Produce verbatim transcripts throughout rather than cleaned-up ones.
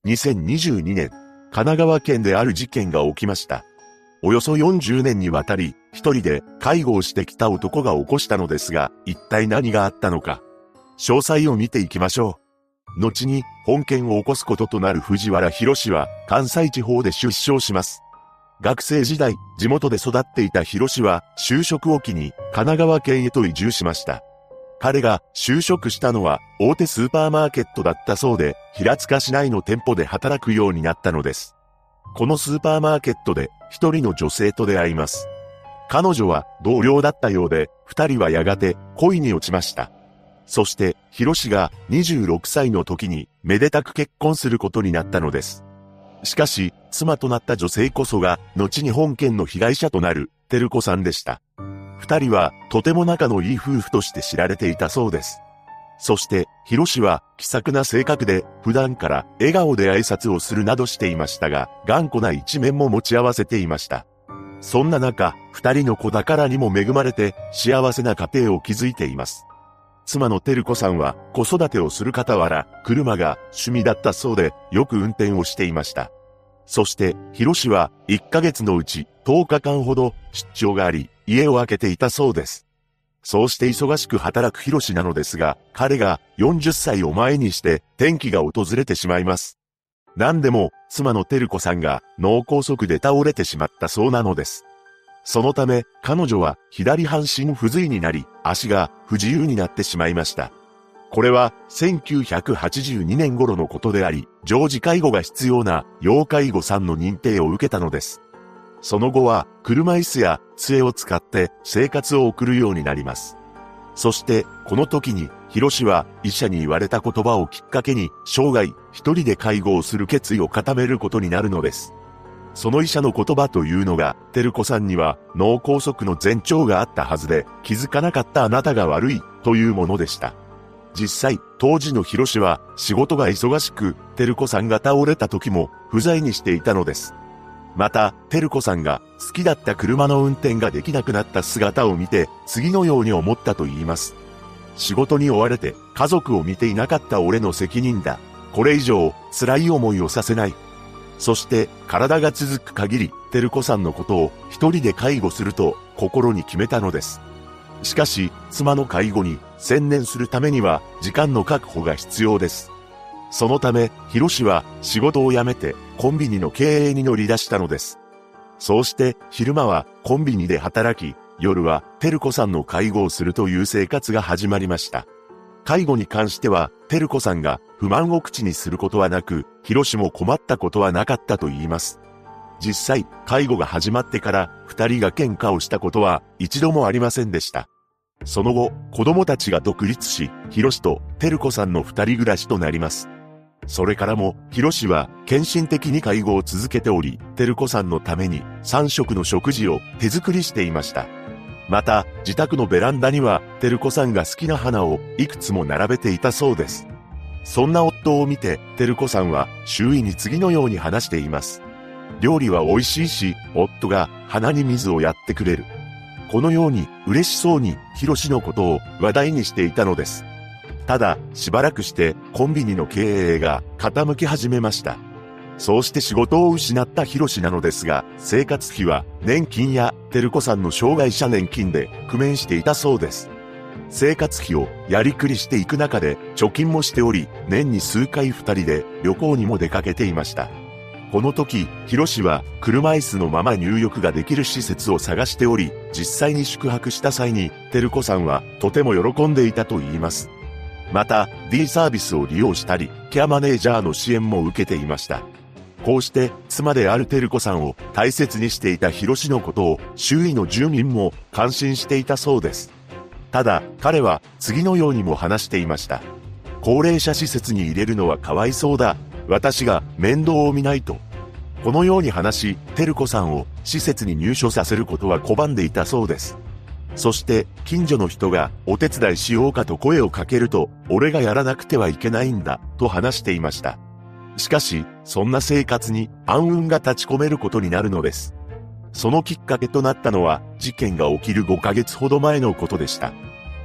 にせんにじゅうにねん、神奈川県である事件が起きました。およそよんじゅうねんにわたり、一人で介護をしてきた男が起こしたのですが、一体何があったのか。詳細を見ていきましょう。後に本件を起こすこととなる藤原宏は、関西地方で出生します。学生時代、地元で育っていた宏は、就職を機に神奈川県へと移住しました。彼が就職したのは大手スーパーマーケットだったそうで、平塚市内の店舗で働くようになったのです。このスーパーマーケットで一人の女性と出会います。彼女は同僚だったようで、二人はやがて恋に落ちました。そして、宏がにじゅうろくさいの時にめでたく結婚することになったのです。しかし、妻となった女性こそが、後に本件の被害者となる、照子さんでした。二人は、とても仲のいい夫婦として知られていたそうです。そして、宏は、気さくな性格で、普段から笑顔で挨拶をするなどしていましたが、頑固な一面も持ち合わせていました。そんな中、二人の子宝にも恵まれて、幸せな家庭を築いています。妻の照子さんは、子育てをする傍ら、車が趣味だったそうで、よく運転をしていました。そして、宏は、いっかげつのうち、とおかかんほど、出張があり、家を空けていたそうです。そうして忙しく働く宏なのですが、彼がよんじゅっさいを前にして転機が訪れてしまいます。何でも、妻の照子さんが脳梗塞で倒れてしまったそうなのです。そのため、彼女は左半身不随になり、足が不自由になってしまいました。これはせんきゅうひゃくはちじゅうにねん頃のことであり、常時介護が必要な要介護さんの認定を受けたのです。その後は車椅子や杖を使って生活を送るようになります。そしてこの時に宏は医者に言われた言葉をきっかけに生涯一人で介護をする決意を固めることになるのです。その医者の言葉というのが、照子さんには脳梗塞の前兆があったはずで気づかなかったあなたが悪いというものでした。実際、当時の宏は仕事が忙しく、照子さんが倒れた時も不在にしていたのです。また、照子さんが好きだった車の運転ができなくなった姿を見て、次のように思ったと言います。仕事に追われて家族を見ていなかった俺の責任だ。これ以上辛い思いをさせない。そして体が続く限り、照子さんのことを一人で介護すると心に決めたのです。しかし、妻の介護に専念するためには時間の確保が必要です。そのため、宏は仕事を辞めてコンビニの経営に乗り出したのです。そうして昼間はコンビニで働き、夜は照子さんの介護をするという生活が始まりました。介護に関しては、照子さんが不満を口にすることはなく、宏も困ったことはなかったと言います。実際、介護が始まってから二人が喧嘩をしたことは一度もありませんでした。その後、子供たちが独立し、宏と照子さんの二人暮らしとなります。それからも、宏は献身的に介護を続けており、照子さんのためにさん食の食事を手作りしていました。また、自宅のベランダには、照子さんが好きな花をいくつも並べていたそうです。そんな夫を見て、照子さんは周囲に次のように話しています。料理は美味しいし、夫が花に水をやってくれる。このように嬉しそうに宏のことを話題にしていたのです。ただ、しばらくしてコンビニの経営が傾き始めました。そうして仕事を失った宏なのですが、生活費は年金や照子さんの障害者年金で工面していたそうです。生活費をやりくりしていく中で貯金もしており、年に数回二人で旅行にも出かけていました。この時、宏は車椅子のまま入浴ができる施設を探しており、実際に宿泊した際に、照子さんはとても喜んでいたと言います。また、D サービスを利用したり、ケアマネージャーの支援も受けていました。こうして、妻である照子さんを大切にしていた宏のことを、周囲の住民も感心していたそうです。ただ、彼は次のようにも話していました。高齢者施設に入れるのはかわいそうだ。私が面倒を見ないと。このように話し、照子さんを施設に入所させることは拒んでいたそうです。そして、近所の人がお手伝いしようかと声をかけると、俺がやらなくてはいけないんだ、と話していました。しかし、そんな生活に暗雲が立ち込めることになるのです。そのきっかけとなったのは、事件が起きるごかげつほど前のことでした。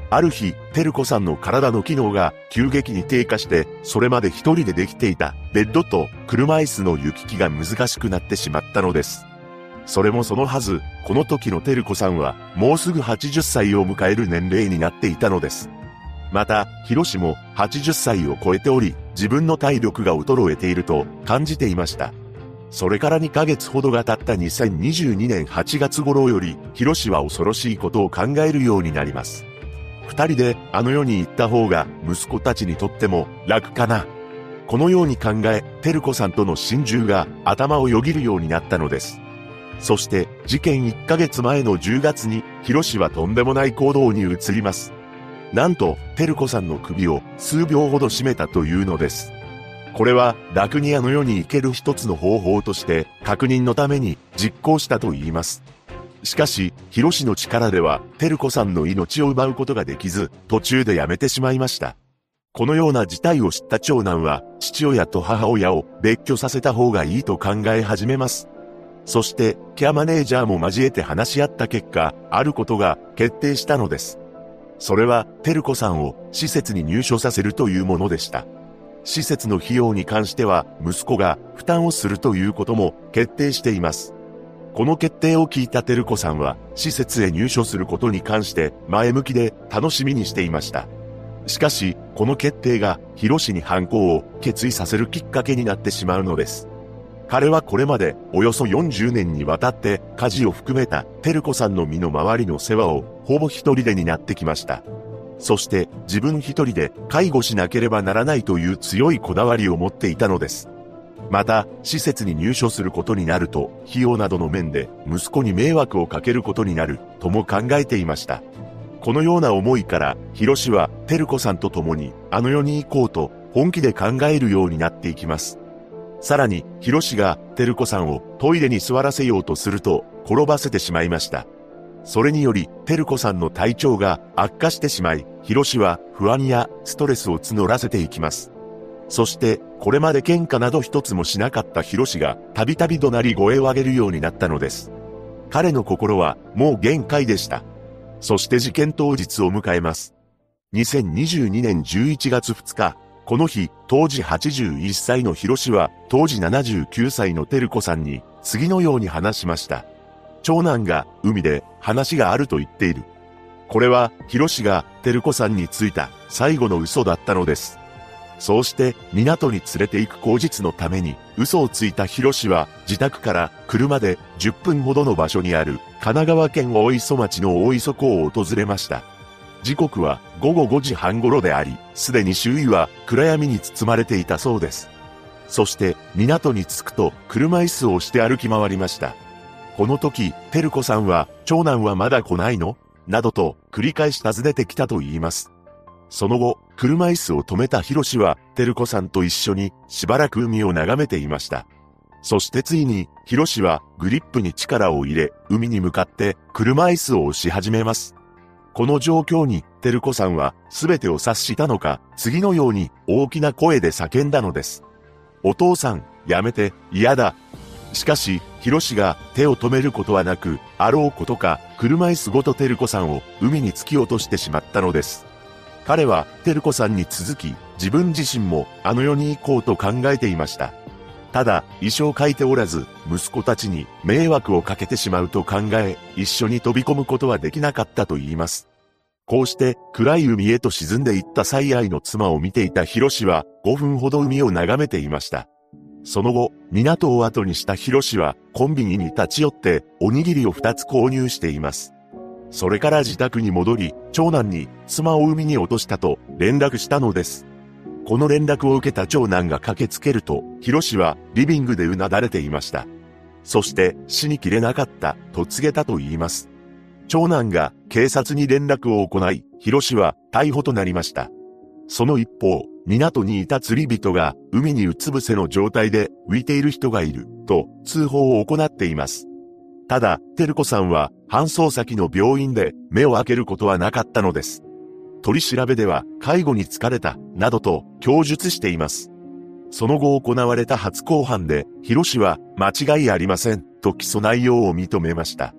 ある日、照子さんの体の機能が急激に低下して、それまで一人でできていたベッドと車椅子の行き来が難しくなってしまったのです。それもそのはず、この時の照子さんはもうすぐはちじゅっさいを迎える年齢になっていたのです。また、ひろしもはちじゅっさいを超えており、自分の体力が衰えていると感じていました。それからにかげつほどが経ったにせんにじゅうにねんはちがつ頃より、ひろしは恐ろしいことを考えるようになります。二人であの世に行った方が息子たちにとっても楽かな。このように考え、照子さんとの心中が頭をよぎるようになったのです。そして事件いっかげつまえのじゅうがつに、ひろしはとんでもない行動に移ります。なんと、照子さんの首を数秒ほど絞めたというのです。これは楽にあの世に行ける一つの方法として確認のために実行したと言います。しかし、ひろしの力では照子さんの命を奪うことができず、途中でやめてしまいました。このような事態を知った長男は、父親と母親を別居させた方がいいと考え始めます。そして、ケアマネージャーも交えて話し合った結果、あることが決定したのです。それは、照子さんを施設に入所させるというものでした。施設の費用に関しては、息子が負担をするということも決定しています。この決定を聞いた照子さんは、施設へ入所することに関して前向きで楽しみにしていました。しかし、この決定が、ひろしに犯行を決意させるきっかけになってしまうのです。彼はこれまでおよそよんじゅうねんにわたって家事を含めた照子さんの身の回りの世話をほぼ一人で担ってきました。そして自分一人で介護しなければならないという強いこだわりを持っていたのです。また、施設に入所することになると、費用などの面で息子に迷惑をかけることになるとも考えていました。このような思いから、ひろしは照子さんと共にあの世に行こうと本気で考えるようになっていきます。さらに、ひろしが照子さんをトイレに座らせようとすると転ばせてしまいました。それにより、照子さんの体調が悪化してしまい、ひろしは不安やストレスを募らせていきます。そして、これまで喧嘩など一つもしなかったひろしが、たびたび怒鳴り声を上げるようになったのです。彼の心はもう限界でした。そして事件当日を迎えます。にせんにじゅうにねんじゅういちがつふつか、この日、当時はちじゅういっさいのひろしは、当時ななじゅうきゅうさいの照子さんに、次のように話しました。長男が、海で、話があると言っている。これは、ひろしが、照子さんについた、最後の嘘だったのです。そうして、港に連れて行く口実のために、嘘をついたひろしは、自宅から車でじゅっぷんほどの場所にある、神奈川県大磯町の大磯港を訪れました。時刻はごごごじはん頃であり、すでに周囲は暗闇に包まれていたそうです。そして、港に着くと、車椅子を押して歩き回りました。この時、照子さんは、長男はまだ来ないの?などと、繰り返し尋ねてきたと言います。その後、車椅子を止めたひろしは、照子さんと一緒にしばらく海を眺めていました。そしてついに、ひろしはグリップに力を入れ、海に向かって車椅子を押し始めます。この状況に、照子さんは全てを察したのか、次のように大きな声で叫んだのです。お父さん、やめて、嫌だ。しかし、ひろしが手を止めることはなく、あろうことか、車椅子ごと照子さんを海に突き落としてしまったのです。彼は、照子さんに続き、自分自身もあの世に行こうと考えていました。ただ、遺書を書いておらず、息子たちに迷惑をかけてしまうと考え、一緒に飛び込むことはできなかったと言います。こうして暗い海へと沈んでいった最愛の妻を見ていたひろしはごふんほど海を眺めていました。その後、港を後にしたひろしはコンビニに立ち寄っておにぎりをふたつ購入しています。それから自宅に戻り、長男に妻を海に落としたと連絡したのです。この連絡を受けた長男が駆けつけると、ひろしはリビングでうなだれていました。そして死にきれなかったと告げたと言います。長男が警察に連絡を行い、ひろしは逮捕となりました。その一方、港にいた釣り人が海にうつ伏せの状態で浮いている人がいると通報を行っています。ただ、照子さんは搬送先の病院で目を開けることはなかったのです。取り調べでは介護に疲れたなどと供述しています。その後行われた初公判で、ひろしは間違いありませんと起訴内容を認めました。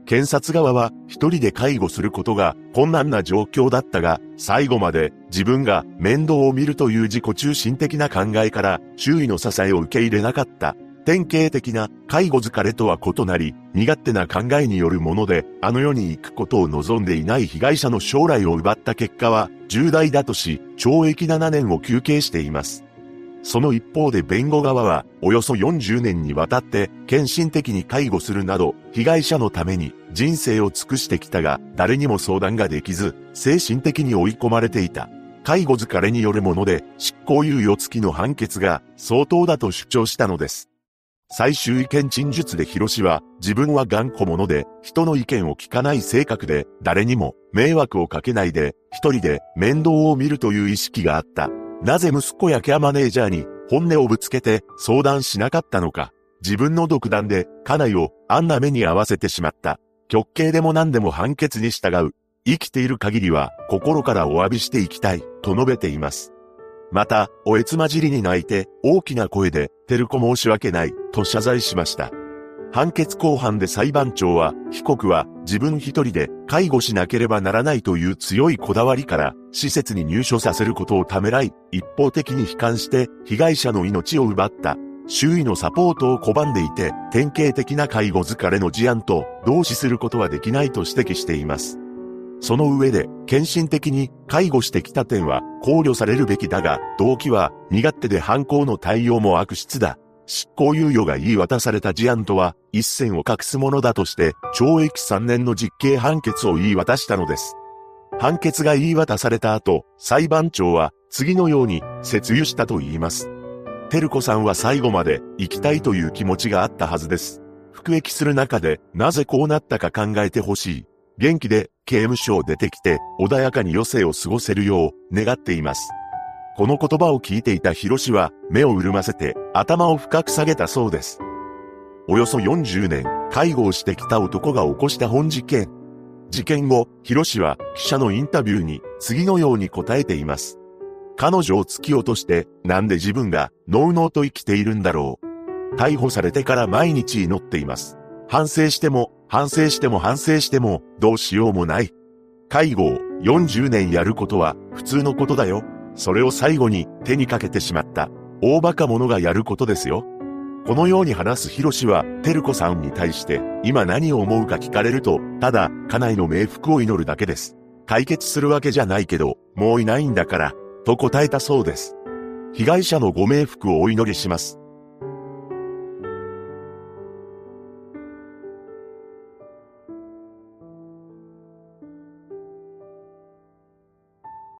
検察側は一人で介護することが困難な状況だったが、最後まで自分が面倒を見るという自己中心的な考えから周囲の支えを受け入れなかった。典型的な介護疲れとは異なり、身勝手な考えによるもので、あの世に行くことを望んでいない被害者の将来を奪った結果は重大だとし、懲役ななねんを求刑しています。その一方で弁護側は、およそよんじゅうねんにわたって献身的に介護するなど、被害者のために人生を尽くしてきたが、誰にも相談ができず、精神的に追い込まれていた。介護疲れによるもので、執行猶予付きの判決が相当だと主張したのです。最終意見陳述で広志は、自分は頑固者で、人の意見を聞かない性格で、誰にも迷惑をかけないで、一人で面倒を見るという意識があった。なぜ息子やケアマネージャーに本音をぶつけて相談しなかったのか。自分の独断で家内をあんな目に遭わせてしまった。極刑でも何でも判決に従う。生きている限りは心からお詫びしていきたい、と述べています。また、おえつまじりに泣いて大きな声で、照子申し訳ない、と謝罪しました。判決公判で裁判長は、被告は自分一人で介護しなければならないという強いこだわりから、施設に入所させることをためらい、一方的に悲観して、被害者の命を奪った。周囲のサポートを拒んでいて、典型的な介護疲れの事案と同視することはできないと指摘しています。その上で、献身的に介護してきた点は考慮されるべきだが、動機は身勝手で犯行の対応も悪質だ。執行猶予が言い渡された事案とは一線を画すものだとして、懲役さんねんの実刑判決を言い渡したのです。判決が言い渡された後、裁判長は次のように説諭したと言います。照子さんは最後まで生きたいという気持ちがあったはずです。服役する中でなぜこうなったか考えてほしい。元気で刑務所を出てきて穏やかに余生を過ごせるよう願っています。この言葉を聞いていた広志は目を潤ませて頭を深く下げたそうです。およそよんじゅうねん介護をしてきた男が起こした本事件。事件後、広志は記者のインタビューに次のように答えています。彼女を突き落としてなんで自分がのうのうと生きているんだろう。逮捕されてから毎日祈っています。反省しても反省しても反省してもどうしようもない。介護をよんじゅうねんやることは普通のことだよ。それを最後に手にかけてしまった。大バカ者がやることですよ。このように話す広志は、照子さんに対して、今何を思うか聞かれると、ただ、家内の冥福を祈るだけです。解決するわけじゃないけど、もういないんだから、と答えたそうです。被害者のご冥福をお祈りします。